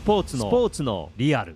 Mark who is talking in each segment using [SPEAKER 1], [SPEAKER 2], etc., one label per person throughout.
[SPEAKER 1] ポーツのリアル。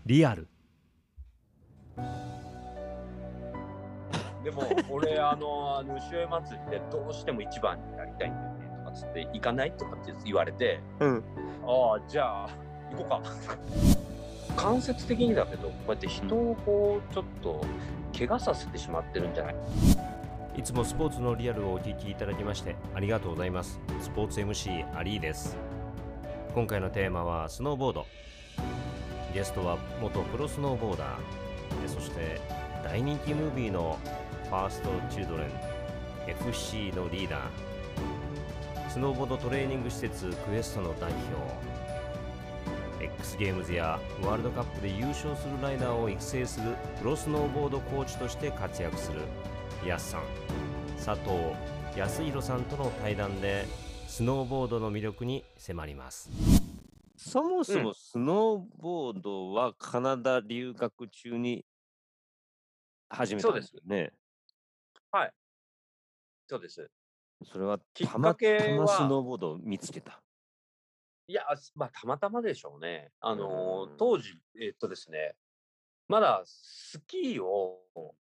[SPEAKER 2] でも俺潮江祭りでどうしても一番になりたいんだよねとかつって行かないとかって言われて、ああじゃあ行こうか間接的にだけどこうやって人をこうちょっと怪我させてしまってるんじゃない。
[SPEAKER 1] いつもスポーツのリアルをお聞きいただきましてありがとうございます。スポーツ MC アリーです。今回のテーマはスノーボード。ゲストは元プロスノーボーダー、そして大人気ムービーのファーストチルドレン FC のリーダー、スノーボードトレーニング施設クエストの代表、 X ゲームズやワールドカップで優勝するライダーを育成するプロスノーボードコーチとして活躍するやすさん、佐藤康弘さんとの対談でスノーボードの魅力に迫ります。そもそもスノーボードはカナダ留学中に始めたんですよね。
[SPEAKER 2] はい、そうです。
[SPEAKER 1] それは
[SPEAKER 2] きっかけは
[SPEAKER 1] たまスノーボードを見つけた。
[SPEAKER 2] いや、まあたまたまでしょうね。当時ですね、まだスキーを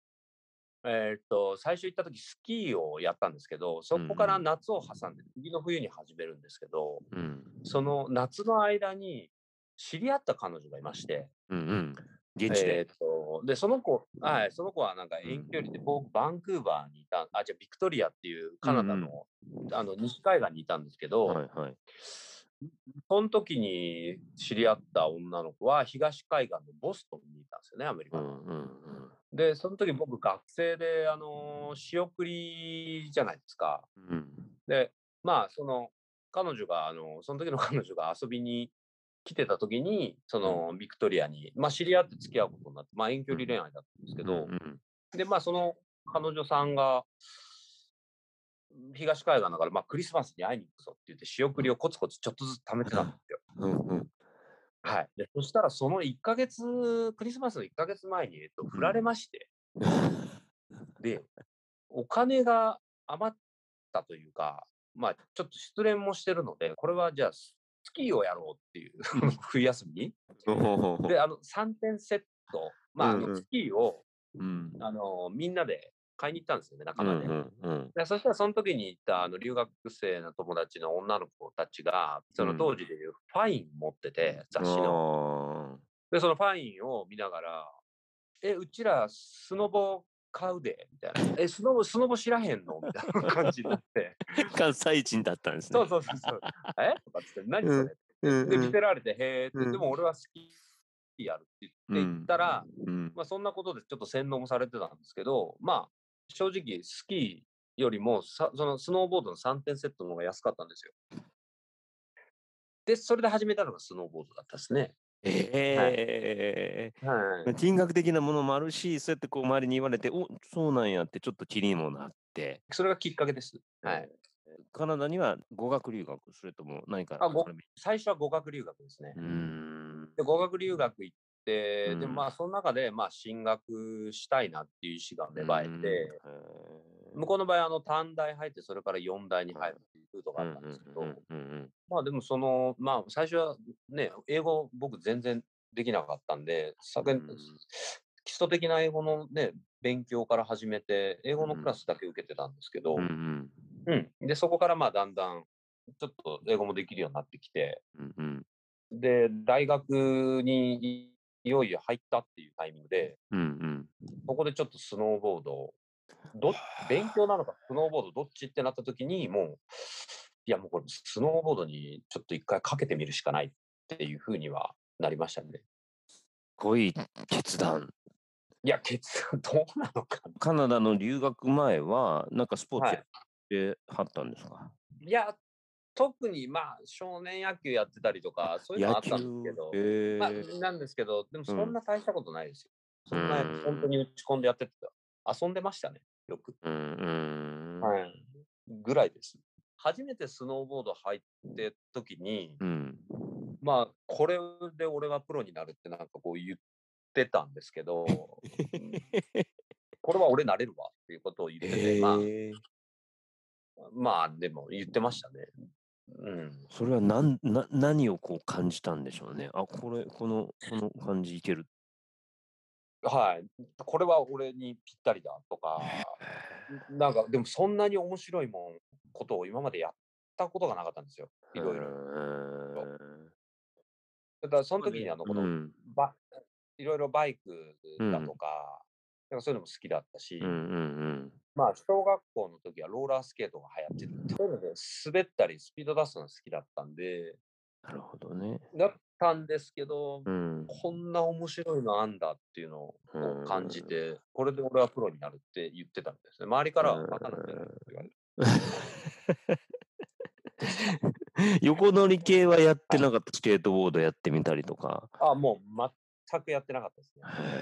[SPEAKER 2] 最初行った時スキーをやったんですけど、そこから夏を挟んで次の冬に始めるんですけど、その夏の間に知り合った彼女がいまして、
[SPEAKER 1] 現地で。
[SPEAKER 2] でその子はなんか遠距離で僕バンクーバーにいた、じゃあビクトリアっていうカナダの、西海岸にいたんですけど、その時に知り合った女の子は東海岸のボストンにいたんですよね、アメリカの。で、その時僕学生で、仕送りじゃないですか。で、まあ、その時の彼女が遊びに来てた時に、そのビクトリアに、まあ、知り合って付き合うことになって、まあ、遠距離恋愛だったんですけど、で、まあ、その彼女さんが、東海岸だから、まあ、クリスマスに会いに行くぞって言って、仕送りをコツコツちょっとずつ貯めてたんですよ。はい。で、そしたらそのクリスマスの1ヶ月前に、振られまして、で、お金が余ったというか、まあ、ちょっと失恋もしてるので、これはじゃあ、スキーをやろうっていう、冬休みに。で、3点セット、まあ、スキーを、みんなで買いに行ったんですよね、仲間で。でそしたら、その時に行った留学生の友達の女の子たちが、その当時でいうファイン持ってて、雑誌の。で、そのファインを見ながら、うちらスノボ買うで、みたいな。スノボ知らへんのみたいな感じになって。
[SPEAKER 1] 関西人だったんですね。
[SPEAKER 2] そう。とかっつって、何それ、で、見せられて、へーって、でも俺は好きやるって言ったら、まあそんなことでちょっと洗脳もされてたんですけど、まあ正直スキーよりもそのスノーボードの3点セットの方が安かったんですよ。で、それで始めたのがスノーボードだったですね。
[SPEAKER 1] 金額的なものもあるし、そうやってこう周りに言われて、お、そうなんやってちょっと気にもなって。
[SPEAKER 2] それがきっかけです。はい。
[SPEAKER 1] カナダには語学留学、それとも何か
[SPEAKER 2] 最初は語学留学ですね。で、語学留学行って、で、まあ、その中で、まあ、進学したいなっていう意思が芽生えて、向こうの場合、短大入って、それから4大に入るっていうルートがあったんですけど、まあ、でもまあ、最初はね、英語僕全然できなかったんで、基礎的な英語のね、勉強から始めて、英語のクラスだけ受けてたんですけど、で、そこからまあ、だんだん、ちょっと英語もできるようになってきて、で、大学にいよいよ入ったっていうタイミングで、そこでちょっとスノーボード、勉強なのかスノーボードどっちってなった時に、もう、いやもうこれスノーボードにちょっと一回かけてみるしかないっていうふうにはなりましたね。
[SPEAKER 1] 濃い決断。
[SPEAKER 2] いや、決断どうなのかな。
[SPEAKER 1] カナダの留学前は、なんかスポーツやってはったんですか？
[SPEAKER 2] いや、特にまあ少年野球やってたりとか、そういうのはあったんですけど、まあ、なんですけど、でもそんな大したことないですよ。そんな本当に打ち込んでやってた。遊んでましたね、よく。はい。ぐらいです。初めてスノーボード入って時に、まあ、これで俺はプロになるってなんかこう言ってたんですけど、これは俺なれるわっていうことを言ってて、まあでも言ってましたね。
[SPEAKER 1] それは何をこう感じたんでしょうね。この感じいける。
[SPEAKER 2] はい。これは俺にぴったりだとか、なんか、でもそんなに面白いことを今までやったことがなかったんですよ。いろいろ。だからその時にいろいろバイクだとか、なんかそういうのも好きだったし、まあ、小学校の時はローラースケートが流行ってるっていうので、滑ったりスピード出すのが好きだったんで、
[SPEAKER 1] なるほどね。
[SPEAKER 2] だったんですけど、こんな面白いのあんだっていうのを感じて、これで俺はプロになるって言ってたんですね。周りからはバカなんじゃないって言われて。
[SPEAKER 1] 横乗り系はやってなかった、スケートボードやってみたりとか。
[SPEAKER 2] もう全くやってなかったですね。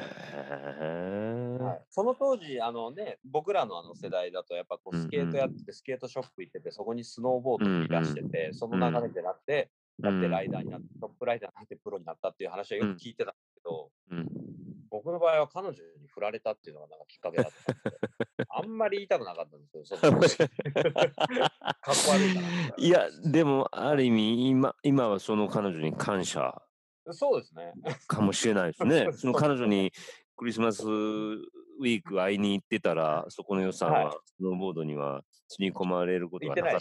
[SPEAKER 2] その当時、僕らの世代だと、やっぱこうスケートやってて、スケートショップ行ってて、そこにスノーボードを売り出してて、その流れでなって、やってライダーになって、トップライダーになってプロになったっていう話はよく聞いてたんですけど、僕の場合は彼女に振られたっていうのがなんかきっかけだったんで、あんまり言いたくなかったんですけど、かっこ悪いかな。
[SPEAKER 1] いや、でも、ある意味、今はその彼女に感謝。
[SPEAKER 2] そうですね。
[SPEAKER 1] かもしれないですね。その彼女にクリスマスウィーク会いに行ってたら、そこの予算はスノーボードには積み込まれることはなかった。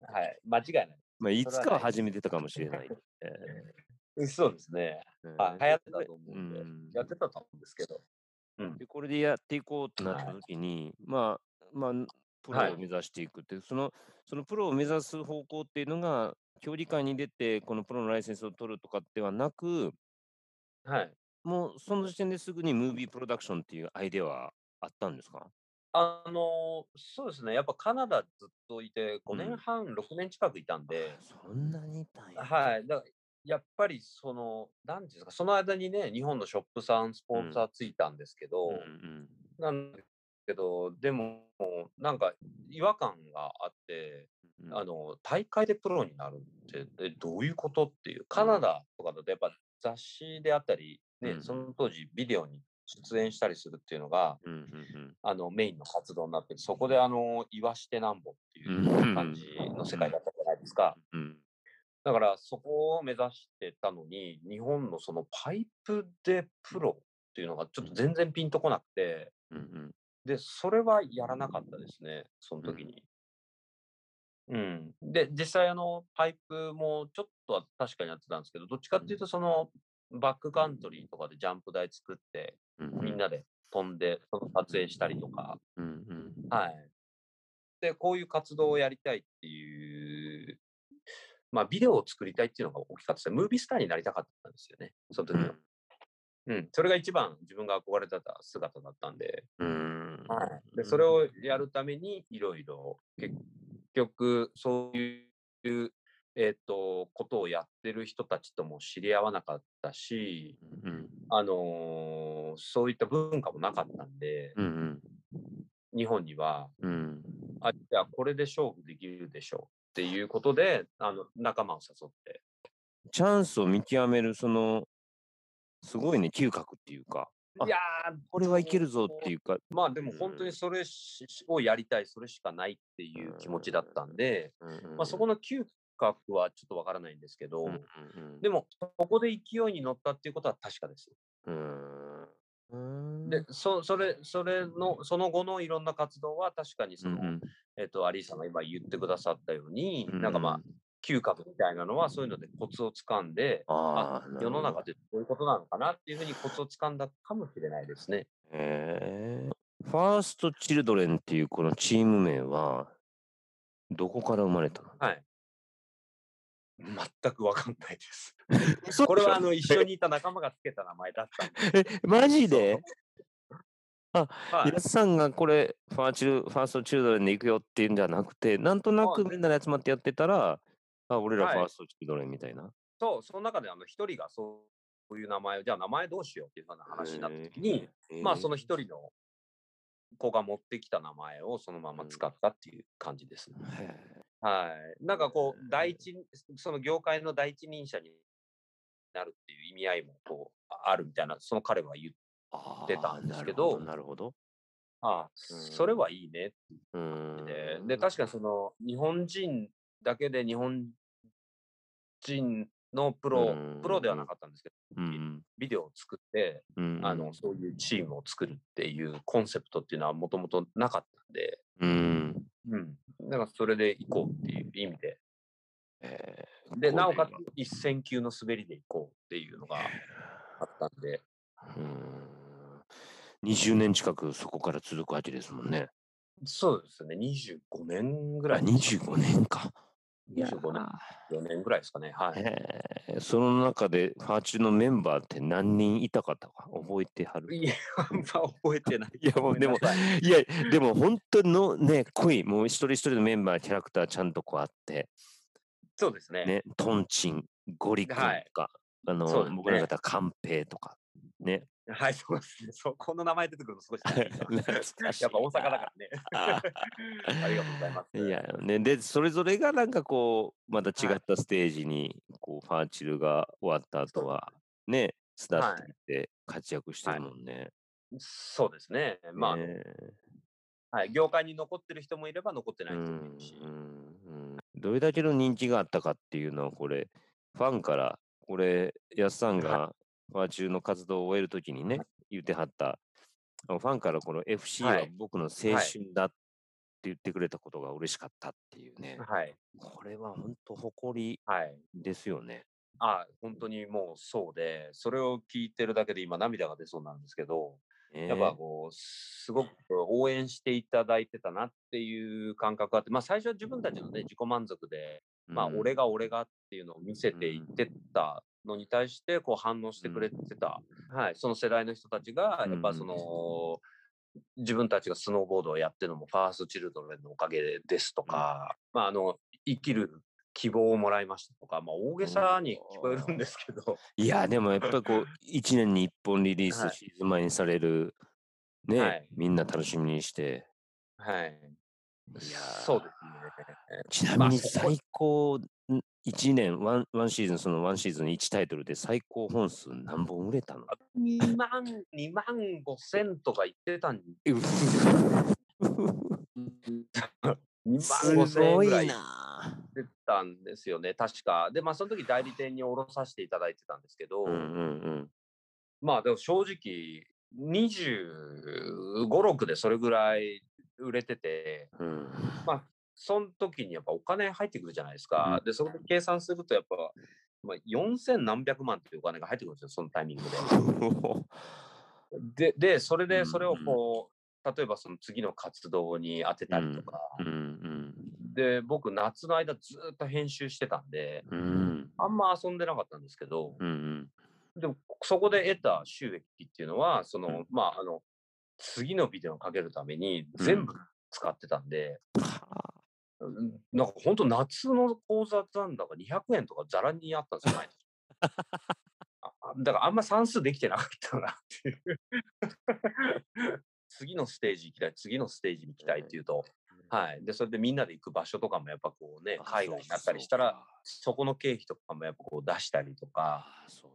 [SPEAKER 2] はい、間違いない。
[SPEAKER 1] まあ、いつかは始めてたかもしれない。
[SPEAKER 2] そうですね。流行ってたと思うんで、やってたと思うんですけど。
[SPEAKER 1] でこれでやっていこうとなった時に、まあ、プロを目指していくって、そのプロを目指す方向っていうのが、競技会に出て、このプロのライセンスを取るとかではなく、もうその時点ですぐにムービープロダクションっていうアイデアはあったんですか？
[SPEAKER 2] そうですね。やっぱカナダずっといて、5年半、6年近くいたんで。
[SPEAKER 1] そんなにいたんや。
[SPEAKER 2] はい。だからやっぱりなんていうんですか、その間にね、日本のショップさん、スポンサーついたんですけど、なんだけど、でも、なんか違和感があって、大会でプロになるって、どういうことっていう。カナダとかだとやっぱ雑誌であったり、ね、その当時ビデオに出演したりするっていうのが、メインの活動になって、そこで言わしてなんぼっていう感じの世界だったじゃないですか。だからそこを目指してたのに、日本のそのパイプでプロっていうのがちょっと全然ピンとこなくて、で、それはやらなかったですね、その時に。で、実際パイプもちょっとは確かにやってたんですけど、どっちかっていうとバックカントリーとかでジャンプ台作って、みんなで飛んで、その撮影したりとか、はい。で、こういう活動をやりたいっていう、ビデオを作りたいっていうのが大きかったですね。ムービースターになりたかったんですよね、その時の。それが一番自分が憧れてた姿だったんで。で、それをやるためにいろいろ、結局そういう、ことをやってる人たちとも知り合わなかったし、そういった文化もなかったんで、日本には、じゃあこれで勝負できるでしょうっていうことで、仲間を誘って。
[SPEAKER 1] チャンスを見極める、すごいね、嗅覚っていうか、
[SPEAKER 2] いや
[SPEAKER 1] これはいけるぞっていうか。
[SPEAKER 2] でも本当にそれをやりたい、それしかないっていう気持ちだったんで、そこの嗅覚はちょっとわからないんですけど、でも、ここで勢いに乗ったっていうことは確かです。で、その後のいろんな活動は確かにアリーさんが今言ってくださったように、なんか嗅覚みたいなのはそういうのでコツをつかんで、世の中でどういうことなのかなっていうふうにコツをつかんだかもしれないですね。
[SPEAKER 1] ファーストチルドレンっていうこのチーム名は、どこから生まれたの？
[SPEAKER 2] 全くわかんないです。これは一緒にいた仲間がつけた名前だったんで。
[SPEAKER 1] マジで？やつさんがこれファーストチルドレンで行くよっていうんじゃなくて、なんとなくみんなで集まってやってたら、俺らファーストチルドレンみたいな。
[SPEAKER 2] その中で一人がそういう名前を、じゃあ名前どうしようっていうような話になった時に、その一人の子が持ってきた名前をそのまま使ったっていう感じですね。なんかこう、その業界の第一人者になるっていう意味合いもこうあるみたいな、その彼は言ってたんですけど、
[SPEAKER 1] なるほど。
[SPEAKER 2] それはいいねって言って、で、確かに日本人だけで日本人のプロではなかったんですけど、ビデオを作って、そういうチームを作るっていうコンセプトっていうのはもともとなかったんで、だからそれで行こうっていう意味で、で、なおかつ1000球の滑りで行こうっていうのがあったんで。
[SPEAKER 3] 20年近くそこから続くわけですもんね。
[SPEAKER 2] そうですね、25年ぐらい。
[SPEAKER 3] 25年か。
[SPEAKER 2] 25年、4年ぐらいですかね。はい。
[SPEAKER 3] その中でファーチュのメンバーって何人いたかとか覚えてはる？
[SPEAKER 2] いや、覚えてない。
[SPEAKER 3] いや、でも本当のね、濃い、もう一人一人のメンバー、キャラクターちゃんとこうあって。
[SPEAKER 2] そうですね。
[SPEAKER 3] トンチン、ゴリ君とか、僕らがたカンペイとか、ね。
[SPEAKER 2] はい、そうですね。この名前出てくるのすごい好き。やっぱ大阪だからね。ありがとうございます。
[SPEAKER 3] いや、ね、で、それぞれがなんかこう、また違ったステージに、こう、ファーチルが終わった後は、ね、巣立っていって活躍してるもんね。
[SPEAKER 2] そうですね。まあ、はい、業界に残ってる人もいれば残ってない人もいるし。
[SPEAKER 3] どれだけの人気があったかっていうのは、これ、ファンから、これ、やすさんがファーチューの活動を終えるときにね、言ってはった、ファンからこの FC は僕の青春だって言ってくれたことが嬉しかったっていうね。これは本当誇りですよね。
[SPEAKER 2] 本当にもうそうで、それを聞いてるだけで今涙が出そうなんですけど、やっぱこう、すごく応援していただいてたなっていう感覚があって、最初は自分たちのね、自己満足で、俺がっていうのを見せていってたのに対して、こう反応してくれてた、その世代の人たちが、やっぱその、自分たちがスノーボードをやってるのもファーストチルドレンのおかげですとか、生きる希望をもらいましたとか、大げさに聞こえるんですけど。
[SPEAKER 3] いや、でもやっぱりこう、1年に1本リリース、シーズン前にされる、ね、みんな楽しみにして。
[SPEAKER 2] いや、そうです
[SPEAKER 3] ね。ちなみに最高1年、ワンシーズン、そのワンシーズン1タイトルで最高本数何本売れたの
[SPEAKER 2] ？2万5千とか言ってたんで。2万5千円ぐらい出たんですよね、確か。で、その時代理店に卸させていただいてたんですけど、でも正直、25、6でそれぐらい売れてて、その時にやっぱお金入ってくるじゃないですか。で、それで計算するとやっぱ、4000何百万っていうお金が入ってくるんですよ、そのタイミングで。で、それをこう、例えばその次の活動に当てたりとか、で、僕夏の間ずっと編集してたんで、あんま遊んでなかったんですけど、でもそこで得た収益っていうのは、その、次のビデオをかけるために全部使ってたんで、なんか本当夏の口座残高200円とかざらにあったんですよ、毎日。だからあんま算数できてなかったなっていう。次のステージ行きたい、次のステージに行きたいっていうと、で、それでみんなで行く場所とかもやっぱこうね、海外になったりしたら、そこの経費とかもやっぱこう出したりとか、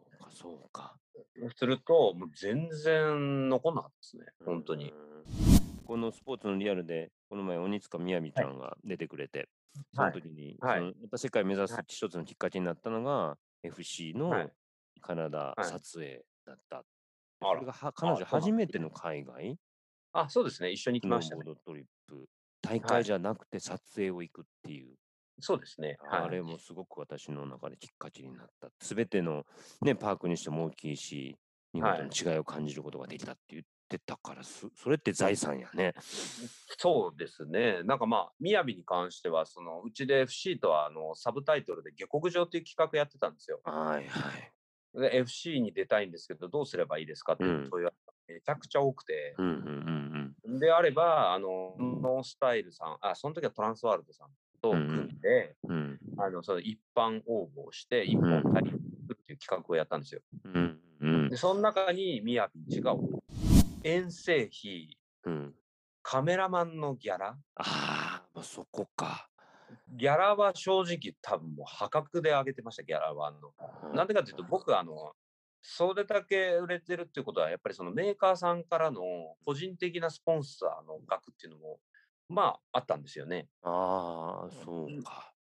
[SPEAKER 2] すると、もう全然残んなかったですね、本当に。
[SPEAKER 3] このスポーツのリアルで、この前、鬼塚みやびちゃんが出てくれて、その時に、やっぱ世界目指す一つのきっかけになったのが、FC のカナダ撮影だった。それが彼女初めての海外？
[SPEAKER 2] そうですね、一緒に行きましたね。
[SPEAKER 3] スノーボードトリップ。大会じゃなくて撮影を行くっていう。
[SPEAKER 2] そうですね。
[SPEAKER 3] あれもすごく私の中できっかけになった。すべての、ね、パークにしても大きいし、日本との違いを感じることができたって言ってたから、それって財産やね。
[SPEAKER 2] そうですね。なんかみやびに関しては、うちで FC とはサブタイトルで下克上っていう企画やってたんですよ。で、FC に出たいんですけど、どうすればいいですかっていう問い合わせがめちゃくちゃ多くて。であれば、ノースタイルさん、その時はトランスワールドさんと組んで、その一般応募をして、一本足りるっていう企画をやったんですよ。で、その中にみやびんちが遠征費、カメラマンのギャラ。
[SPEAKER 3] そこか。
[SPEAKER 2] ギャラは正直多分もう破格で上げてました、ギャラは。なんでかっていうと、僕それだけ売れてるっていうことは、やっぱりそのメーカーさんからの個人的なスポンサーの額っていうのも、あったんですよね。
[SPEAKER 3] そうか。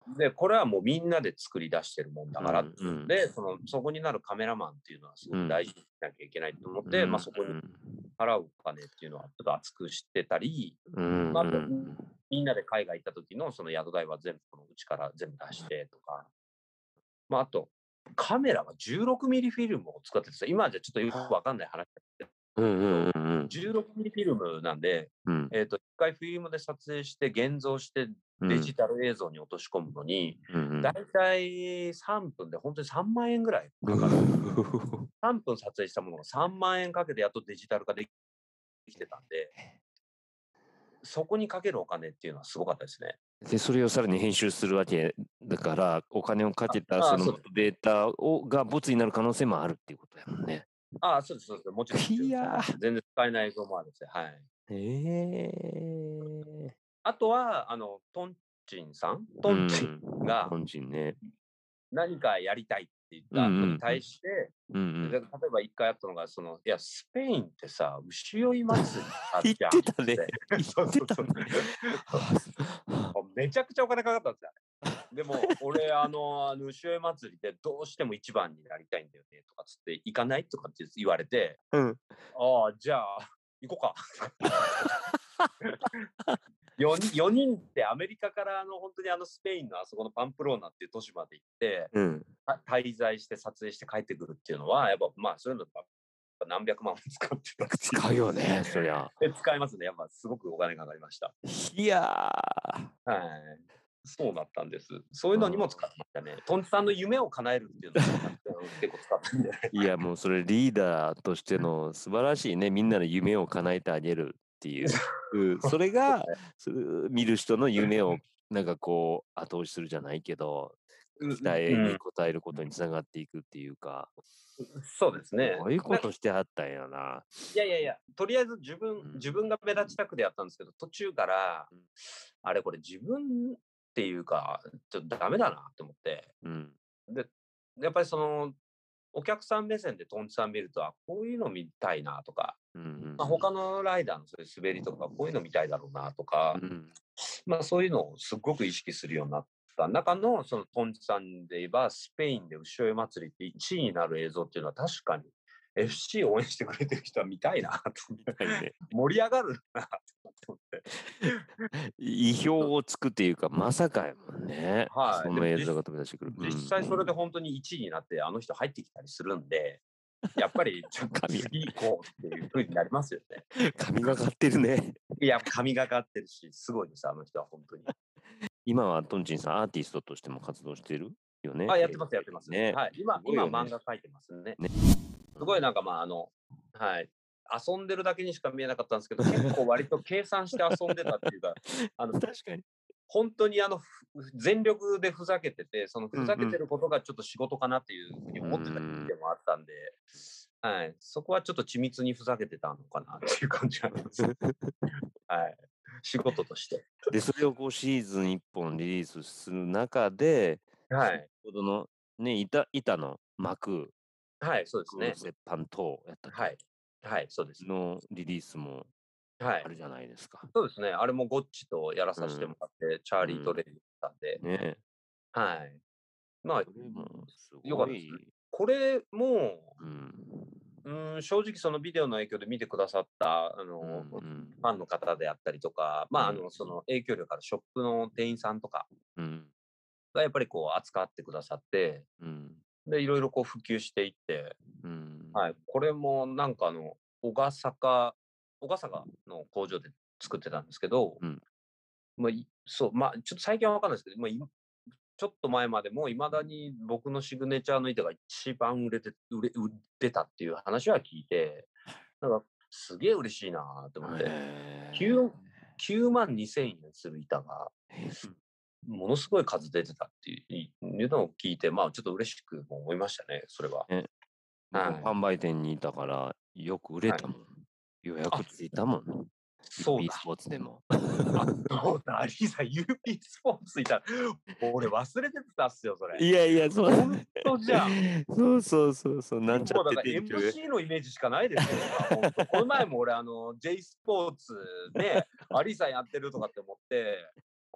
[SPEAKER 2] で、これはもうみんなで作り出してるもんだからっていうで、そこになるカメラマンっていうのはすごく大事にしなきゃいけないと思って、そこに払うお金っていうのはちょっと厚くしてたり、あとみんなで海外行った時のその宿代は全部このうちから全部出してとか、あとカメラは16ミリフィルムを使ってて、今じゃちょっとよくわかんない話だけど、16ミリフィルムなんで、一回フィルムで撮影して現像してデジタル映像に落とし込むのに、だいたい3分で本当に3万円ぐらいかかる。3分撮影したものが3万円かけてやっとデジタル化できてたんで、そこにかけるお金っていうのはすごかったですね。
[SPEAKER 3] で、それをさらに編集するわけだから、お金をかけたそのデータがボツになる可能性もあるっていうことやもんね。
[SPEAKER 2] そうです、そうです。もちろん。いや全然使えない映像もあるんですよ。はい。あとは、トンチンさんが、何かやりたいって言ったのに対して、例えば一回あったのが、いや、スペインってさ、牛追い祭りあるじゃん。
[SPEAKER 3] 言ってたね。
[SPEAKER 2] そうそうそう。めちゃくちゃお金かかったんですよ。でも、俺、牛追い祭りでどうしても一番になりたいんだよね、とかつって、行かないとかって言われて、じゃあ、行こうか。4人ってアメリカから本当にスペインのあそこのパンプローナっていう都市まで行って、滞在して撮影して帰ってくるっていうのは、やっぱそういうの何百万も使ってた。
[SPEAKER 3] 使うよね、そりゃ。
[SPEAKER 2] 使いますね。やっぱすごくお金がかかりました。
[SPEAKER 3] いや
[SPEAKER 2] そうだったんです。そういうのにも使ってましたね。トンチさんの夢を叶えるっていうのを結構使ったんで。
[SPEAKER 3] いや、もうそれリーダーとしての素晴らしいね。みんなの夢を叶えてあげるっていう。それが、見る人の夢をなんかこう後押しするじゃないけど、期待に応えることにつながっていくっていうか。
[SPEAKER 2] そうですね。
[SPEAKER 3] そういうことしてはったんやな。
[SPEAKER 2] いや、とりあえず自分が目立ちたくてやったんですけど、途中から、あれこれ自分っていうか、ちょっとダメだなって思って、で、やっぱりお客さん目線でトンチさん見ると、こういうの見たいなとか、他のライダーのそういう滑りとか、こういうの見たいだろうなとか、そういうのをすごく意識するようになった中の、そのトンチさんで言えば、スペインで牛追い祭りって1位になる映像っていうのは確かに、FC を応援してくれてる人は見たいなと思って、盛り上がるなと思って。
[SPEAKER 3] 意表をつくっていうか、まさかやもんね。その映像が飛び出してくる。
[SPEAKER 2] 実際それで本当に1位になって、あの人入ってきたりするんで、やっぱりちょっと次行こうっていう風になりますよね。
[SPEAKER 3] 神がかってるね。
[SPEAKER 2] いや、神がかってるし、すごいです、あの人は本当に。
[SPEAKER 3] 今はトンチンさん、アーティストとしても活動してるよね。
[SPEAKER 2] やってます。ね、はい。今漫画描いてますね。すごいなんかはい。遊んでるだけにしか見えなかったんですけど、結構割と計算して遊んでたっていうか、
[SPEAKER 3] 確かに。
[SPEAKER 2] 本当に全力でふざけてて、そのふざけてることがちょっと仕事かなっていうふうに思ってた時でもあったんで、はい。そこはちょっと緻密にふざけてたのかなっていう感じがあります。はい。仕事として。
[SPEAKER 3] で、それをシーズン1本リリースする中で、
[SPEAKER 2] はい。
[SPEAKER 3] 先ほどのね、板の膜、
[SPEAKER 2] はい、そうですね。
[SPEAKER 3] 折半等やったっけ。
[SPEAKER 2] はい。はい、そうです。
[SPEAKER 3] のリリースもあるじゃないですか。
[SPEAKER 2] そうですね。あれもゴッチとやらさせてもらって、チャーリーとレイしたんで。
[SPEAKER 3] ね。
[SPEAKER 2] はい。よかったです。これも、正直そのビデオの影響で見てくださったファンの方であったりとか、その影響力あるショップの店員さんとかがやっぱり扱ってくださって、でいろいろ普及していって、はい、これもなんか小笠原の工場で作ってたんですけど、ちょっと最近は分かんないですけど、ちょっと前までもいまだに僕のシグネチャーの板が一番売れてたっていう話は聞いて、なんかすげえ嬉しいなと思って、9万2000円する板がものすごい数出てたっていうのを聞いて、ちょっと嬉しくも思いましたね、それは。
[SPEAKER 3] 販売店にいたからよく売れたもん。予約ついたもん。
[SPEAKER 2] そうだ。
[SPEAKER 3] UP スポーツでも。
[SPEAKER 2] そうだ、アリーさん、UP スポーツいた。俺忘れてたっすよ、それ。
[SPEAKER 3] いや、そう。
[SPEAKER 2] 本当じゃん。
[SPEAKER 3] そう。なんちゃって
[SPEAKER 2] だから MC のイメージしかないですよ。この前も俺、J スポーツね、アリーさんやってるとかって思って、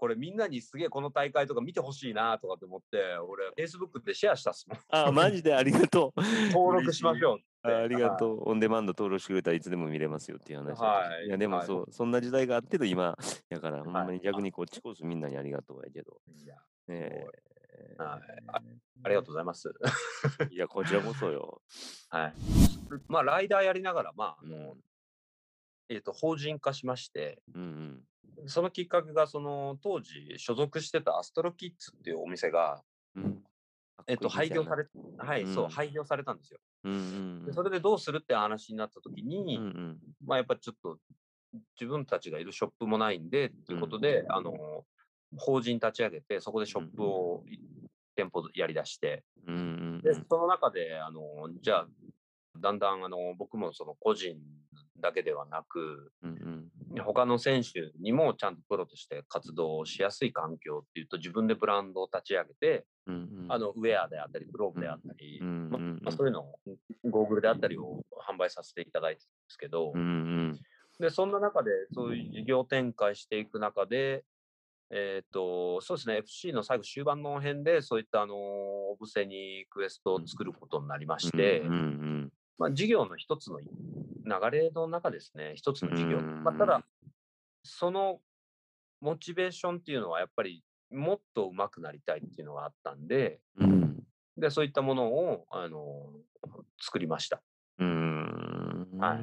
[SPEAKER 2] これみんなにすげえこの大会とか見てほしいなとかって思って、俺、Facebook でシェアしたっすもん。
[SPEAKER 3] あ、マジでありがとう。
[SPEAKER 2] 登録しましょうって。
[SPEAKER 3] ありがとう。オンデマンド登録してくれたらいつでも見れますよっていう話。いや、でもそう、そんな時代があってと今、だからほんまに逆にこっちこそみんなにありがとうやけど。
[SPEAKER 2] ありがとうございます。
[SPEAKER 3] いや、こちらこそよ。
[SPEAKER 2] はい。まあ、ライダーやりながら、まあ、法人化しまして、そのきっかけが、その当時所属してたアストロキッズっていうお店が、廃業され、廃業されたんですよ。でそれでどうするって話になった時に、まあやっぱちょっと自分たちがいるショップもないんでっていうことで、法人立ち上げて、そこでショップを店舗やりだして、でその中でじゃあだんだん僕もその個人だけではなく、他の選手にもちゃんとプロとして活動しやすい環境っていうと、自分でブランドを立ち上げて、ウェアであったりグローブであったり、そういうのをゴーグルであったりを販売させていただいてるんですけど、でそんな中でそういう事業展開していく中で、そうですね、FC の最後終盤の辺でそういったオブセにクエストを作ることになりまして、まあ、事業の一つの流れの中ですね、一つの事業。まあ、ただ、そのモチベーションっていうのはやっぱりもっと上手くなりたいっていうのがあったんで、でそういったものを作りました。はい。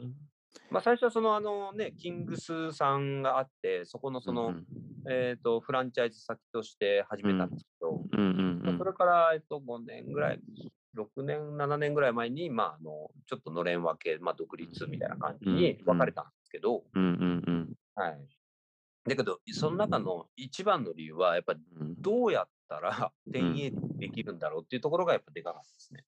[SPEAKER 2] まあ、最初はそのキングスさんがあって、そこのその、フランチャイズ先として始めたんですけど、それから、5年ぐらい、6年、7年ぐらい前に、まあ、ちょっとのれん分け、まあ、独立みたいな感じに分かれたんですけど、はい。だけど、その中の一番の理由は、やっぱりどうやったら1080できるんだろうっていうところがやっぱでかかったですね。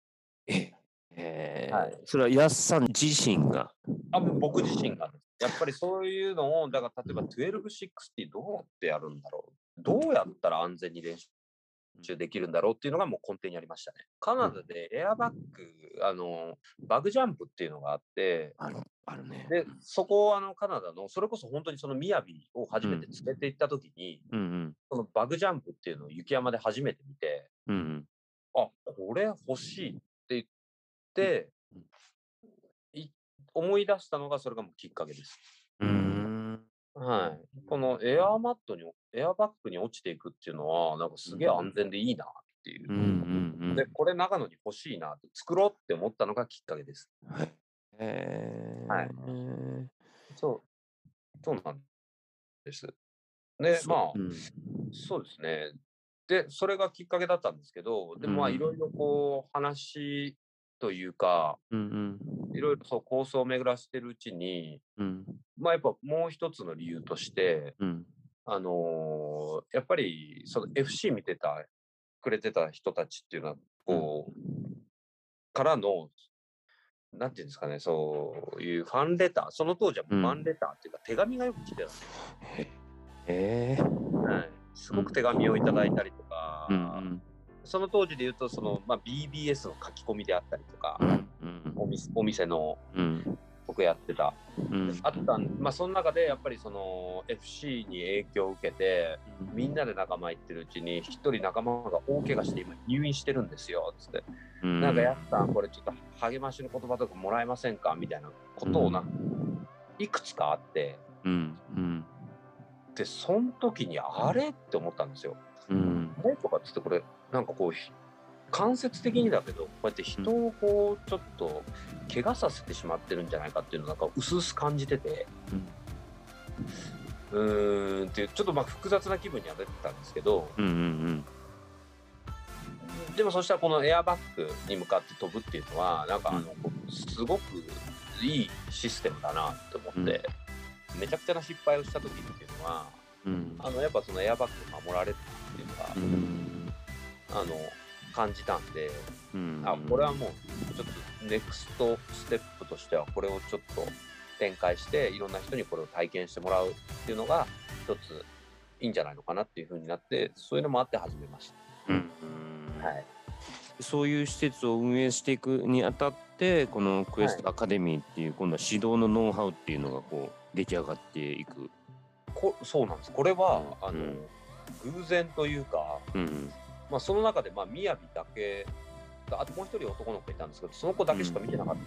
[SPEAKER 3] それはやっさん自身が
[SPEAKER 2] 僕自身がやっぱりそういうのを、だから例えば1260どうやってやるんだろう、どうやったら安全に練習できるんだろうっていうのがもう根底にありましたね。カナダでエアバッグ、バグジャンプっていうのがあって、
[SPEAKER 3] あるね。
[SPEAKER 2] でそこをカナダのそれこそ本当にその雅を初めて連れて行った時に、そのバグジャンプっていうのを雪山で初めて見て、あ、これ欲しいって言って思い出したのがそれがもうきっかけです。はい。このエアバッグに落ちていくっていうのはなんかすげえ安全でいいなっていう。で、これ長野に欲しいなって作ろうって思ったのがきっかけです。はい。そうなんです。で、まあ、そうですね。で、それがきっかけだったんですけど、でもまあいろいろこう話というか、いろいろそう構想を巡らしてるうちに、まあやっぱもう一つの理由として、やっぱりその FC 見てくれてた人たちっていうのは、こう、からの、なんていうんですかね、そういうファンレター、その当時はファンレターっていうか手紙がよく来てたんですよ。はい。すごく手紙をいただいたりとか、その当時で言うと、BBS の書き込みであったりとか、お店の僕やってた、あったまあその中でやっぱりその FC に影響を受けて、みんなで仲間行ってるうちに一人仲間が大怪我して今入院してるんですよつって、なんかやったんこれちょっと励ましの言葉とかもらえませんかみたいなことをいくつかあって、でその時にあれって思ったんですよ。あれとかつってこれなんかこう間接的にだけどこうやって人をこうちょっと怪我させてしまってるんじゃないかっていうのをなんか薄々感じてて、っていうちょっと複雑な気分には出てたんですけど、でもそしたらこのエアバッグに向かって飛ぶっていうのはなんかすごくいいシステムだなって思って、めちゃくちゃな失敗をした時っていうのは、やっぱそのエアバッグが守られるっていうのが、感じたんで、これはもうちょっとネクストステップとしてはこれをちょっと展開していろんな人にこれを体験してもらうっていうのが一ついいんじゃないのかなっていう風になって、そういうのもあって始めました。はい。
[SPEAKER 3] そういう施設を運営していくにあたってこのクエストアカデミーっていう今度は指導のノウハウっていうのがこう出来上がっていく
[SPEAKER 2] そうなんです。これは、偶然というか、まあ、その中で、まあ、雅だけ、あともう一人男の子いたんですけど、その子だけしか見てなかった。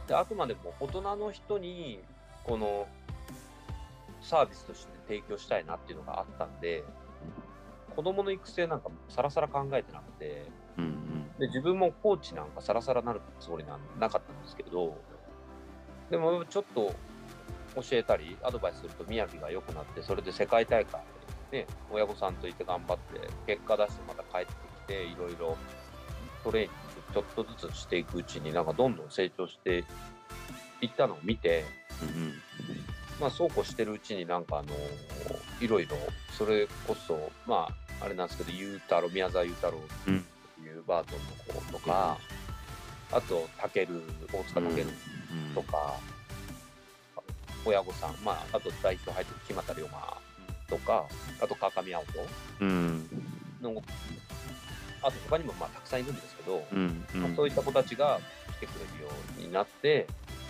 [SPEAKER 2] で、あくまでも大人の人に、このサービスとして提供したいなっていうのがあったんで、子供の育成なんかさらさら考えてなくて、で、自分もコーチなんかさらさらなるつもりなかったんですけど、でもちょっと教えたり、アドバイスすると雅が良くなって、それで世界大会ね、親御さんといて頑張って、結果出してまた帰ってきて、いろいろトレーニングちょっとずつしていくうちに、なんかどんどん成長していったのを見て、まあそうこうしてるうちになんかいろいろ、それこそ、まああれなんですけど、宮沢裕太郎っていうバートンの子とか、あと、大塚健とか、親御さん、まあ、あと代表入ってる木俣龍馬とか、あと川上青人の、あと他にもまあたくさんいるんですけど、まあ、そういった子たちが来てくれるようになって、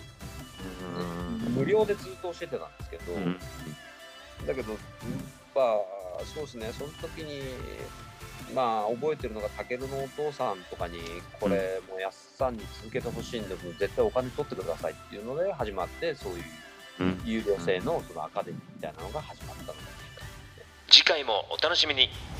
[SPEAKER 2] 無料でずっと教えてたんですけど、だけど、まあ、そうですね、その時に、まあ、覚えてるのが、タケルのお父さんとかに、これ、もうやっさんに続けてほしいんで、絶対お金取ってくださいっていうので始まって、そういう有料制のそのアカデミーみたいなのが始まったので、
[SPEAKER 1] 次回もお楽しみに。